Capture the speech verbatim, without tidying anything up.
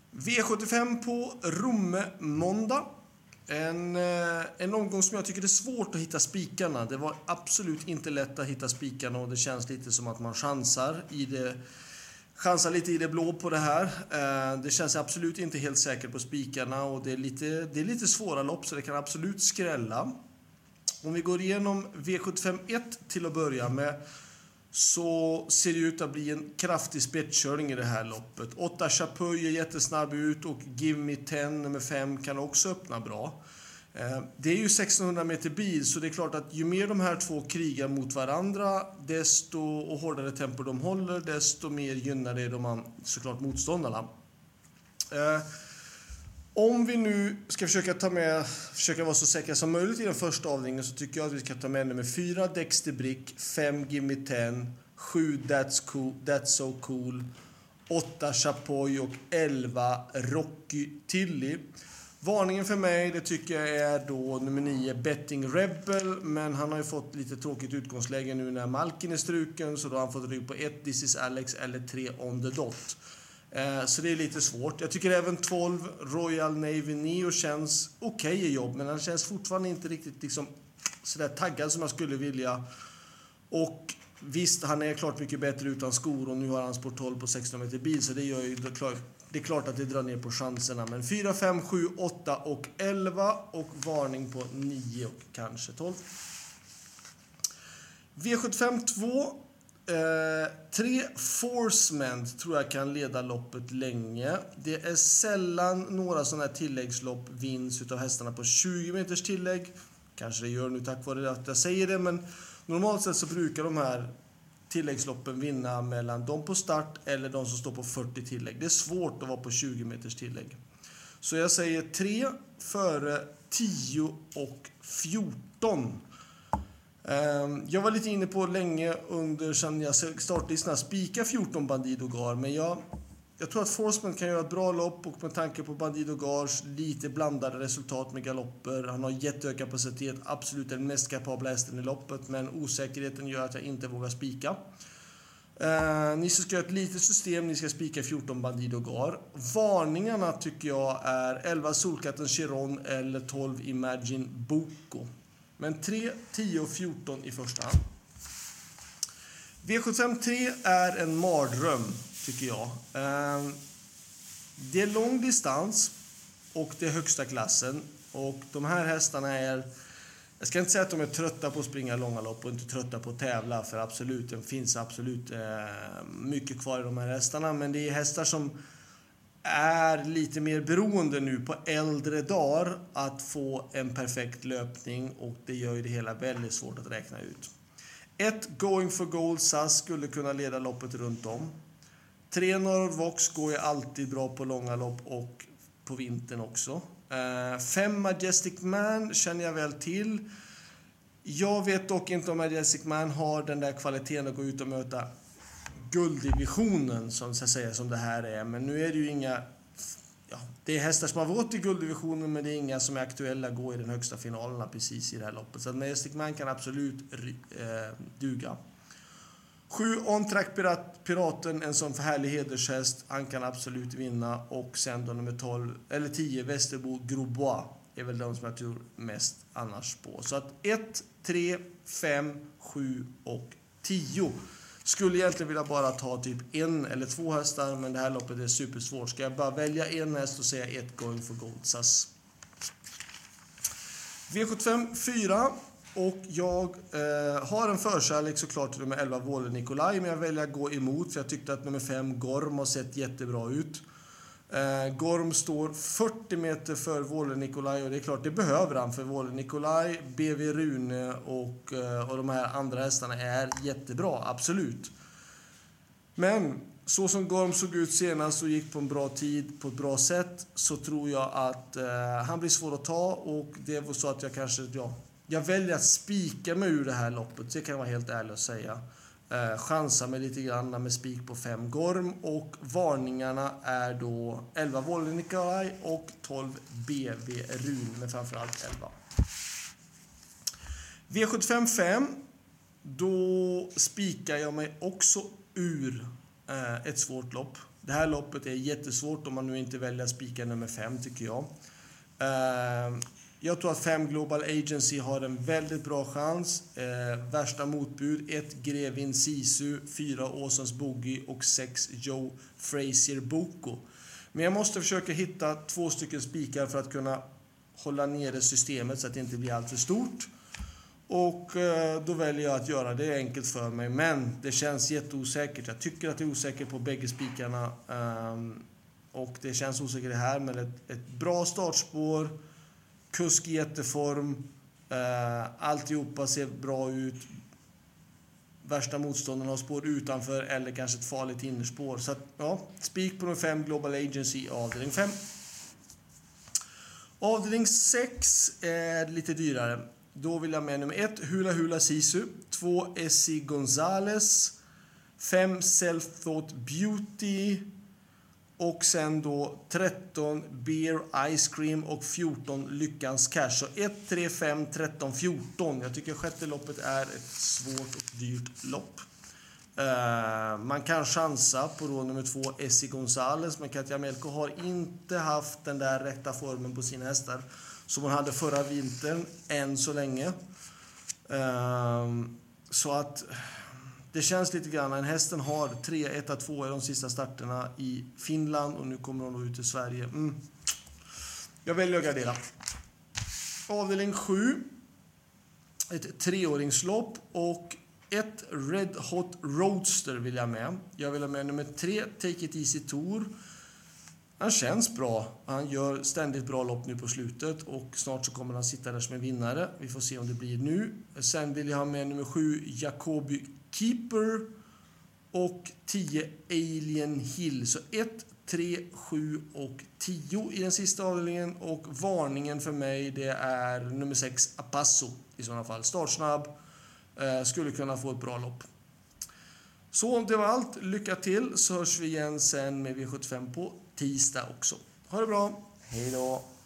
V sjuttiofem på Romme måndag. En, en omgång som jag tycker det är svårt att hitta spikarna. Det var absolut inte lätt att hitta spikarna och det känns lite som att man chansar i det, chansar lite i det blå på det här. Det känns absolut inte helt säkert på spikarna och det är lite, det är lite svåra lopp så det kan absolut skrälla. Om vi går igenom V sjuttiofem ett till att börja med så ser det ut att bli en kraftig spetskörning i det här loppet. åtta Chapuis är jättesnabb ut och Give Me ten nummer fem kan också öppna bra. Det är ju sextonhundra meter bil så det är klart att ju mer de här två krigar mot varandra desto och hårdare tempo de håller desto mer gynnar det de såklart motståndarna. Om vi nu ska försöka ta med försöka vara så säkra som möjligt i den första avdelningen så tycker jag att vi ska ta med nummer fyra Dexter Brick, fem Give Me ten, sju That's Cool, That's So Cool, åtta Chapuis och elva Rocky Tilly. Varningen för mig det tycker jag är då nummer nio Betting Rebel, men han har ju fått lite tråkigt utgångsläge nu när Malkin är struken så då har han fått rygg på ett This Is Alex eller tre On The Dot. Så det är lite svårt. Jag tycker även tolv Royal Navy Neo känns okej okay i jobb, men han känns fortfarande inte riktigt liksom sådär taggad som jag skulle vilja. Och visst, han är klart mycket bättre utan skor och nu har han sport tolv på sexton meter bil så det gör ju det klart, det är klart att det drar ner på chanserna. Men fyra, fem, sju, åtta och elva och varning på nio och kanske tolv. V sjuttiofem två. Eh, tre Forcemen tror jag kan leda loppet länge. Det är sällan några sådana här tilläggslopp vinns utav hästarna på tjugo meters tillägg. Kanske det gör nu tack vare att jag säger det, men normalt sett så brukar de här tilläggsloppen vinna mellan de på start eller de som står på fyrtio tillägg. Det är svårt att vara på tjugo meters tillägg. Så jag säger tre före tio och fjorton. Jag var lite inne på länge under sen jag startlistan spika fjorton Bandido Gar, men jag, jag tror att Forceman kan göra ett bra lopp och med tanke på Bandido Gars lite blandade resultat med galopper. Han har jättehög kapacitet, absolut den mest kapabla hästen i loppet, men osäkerheten gör att jag inte vågar spika. Uh, ni ska göra ett litet system, ni ska spika fjorton Bandido Gar. Varningarna tycker jag är elva Solkatten Chiron eller tolv Imagine Boko. Men tre, tio och fjorton i första hand. V sjuttiofem tre är en mardröm tycker jag. Det är lång distans och det är högsta klassen. Och de här hästarna är... Jag ska inte säga att de är trötta på att springa långa lopp och inte trötta på att tävla. För absolut, det finns absolut mycket kvar i de här hästarna. Men det är hästar som är lite mer beroende nu på äldre dagar att få en perfekt löpning och det gör ju det hela väldigt svårt att räkna ut. ett Going for Gold S A S skulle kunna leda loppet runt om. tre Norvox går ju alltid bra på långa lopp och på vintern också. fem Majestic Man känner jag väl till. Jag vet dock inte om Majestic Man har den där kvaliteten att gå ut och möta gulddivisionen som, så att säga, som det här är. Men nu är det ju inga... Ja, det är hästar som har gått i gulddivisionen men det är inga som är aktuella att gå i den högsta finalerna precis i det här loppet. Så att Majestic Man kan absolut eh, duga. sju On-Track Pirat, Piraten, en sån för härlig hedershäst. Han kan absolut vinna. Och sen då nummer tolv, eller tio Västerbo Grosbois är väl de som jag tror mest annars på. Så att ett, tre, fem, sju och tio. Skulle egentligen vilja bara ta typ en eller två hästar, men det här loppet är supersvårt. Ska jag bara välja en häst och säga ett Going for Gold S A S. V sjuttiofem fyra och jag eh, har en förkärlek såklart till nummer elva Våle Nikolaj, men jag väljer att gå emot för jag tyckte att nummer fem Gorm har sett jättebra ut. Eh, Gorm står fyrtio meter för Våle Nikolaj och det är klart det behöver han för Våle Nikolaj, B V Rune och, och de här andra hästarna är jättebra, absolut. Men så som Gorm såg ut senast och gick på en bra tid på ett bra sätt så tror jag att eh, han blir svår att ta och det var så att jag kanske, ja, jag väljer att spika mig ur det här loppet, det kan jag vara helt ärlig att säga. Eh, chansa mig lite grann med spik på fem Gorm och varningarna är då elva Våle Nikolaj och tolv B V Rune, men framförallt elva. V sjuttiofem fem, då spikar jag mig också ur eh, ett svårt lopp. Det här loppet är jättesvårt om man nu inte väljer att spika nummer fem, tycker jag. Uh, jag tror att fem Global Agency har en väldigt bra chans. Uh, värsta motbud, ett Grevin Sisu, fyra Åsens Boogie och sex Joe Frazier Boko. Men jag måste försöka hitta två stycken spikar för att kunna hålla nere systemet så att det inte blir allt för stort. Och uh, då väljer jag att göra det enkelt för mig. Men det känns jätteosäkert. Jag tycker att det är osäkert på bägge spikarna. Um, Och det känns osäkert här med ett, ett bra startspår, kusk i jätteform, eh, alltihopa ser bra ut. Värsta motståndarna har spår utanför eller kanske ett farligt innerspår. Så att, ja, spik på nummer fem Global Agency avdelning fem. Avdelning sex är lite dyrare. Då vill jag med nummer ett Hula Hula Sisu, två Essie Gonzales, fem Self Thought Beauty. Och sen då tretton Beer Ice Cream och fjorton Lyckans Cash. Så ett, tre, fem, tretton, fjorton. Jag tycker sjätte loppet är ett svårt och dyrt lopp. Uh, man kan chansa på då nummer två Essie Gonzales. Men Katja Melko har inte haft den där rätta formen på sina hästar som hon hade förra vintern än så länge. Uh, så att... Det känns lite grann, en hästen har tre, ett, två i de sista starterna i Finland och nu kommer hon ut till Sverige. Mm. Jag väljer att gardera. Avdelning sju. Ett treåringslopp och ett Red Hot Roadster vill jag med. Jag vill ha med nummer tre, Take It Easy Tour. Han känns bra. Han gör ständigt bra lopp nu på slutet och snart så kommer han sitta där som en vinnare. Vi får se om det blir nu. Sen vill jag ha med nummer sju, Jacobi Keeper och tio Alien Hill. Så ett, tre, sju och tio i den sista avdelningen. Och varningen för mig det är nummer sex Apasso i sådana fall. Startsnabb. Eh, skulle kunna få ett bra lopp. Så om det var allt, lycka till så hörs vi igen sen med V sjuttiofem på tisdag också. Ha det bra. Hej då.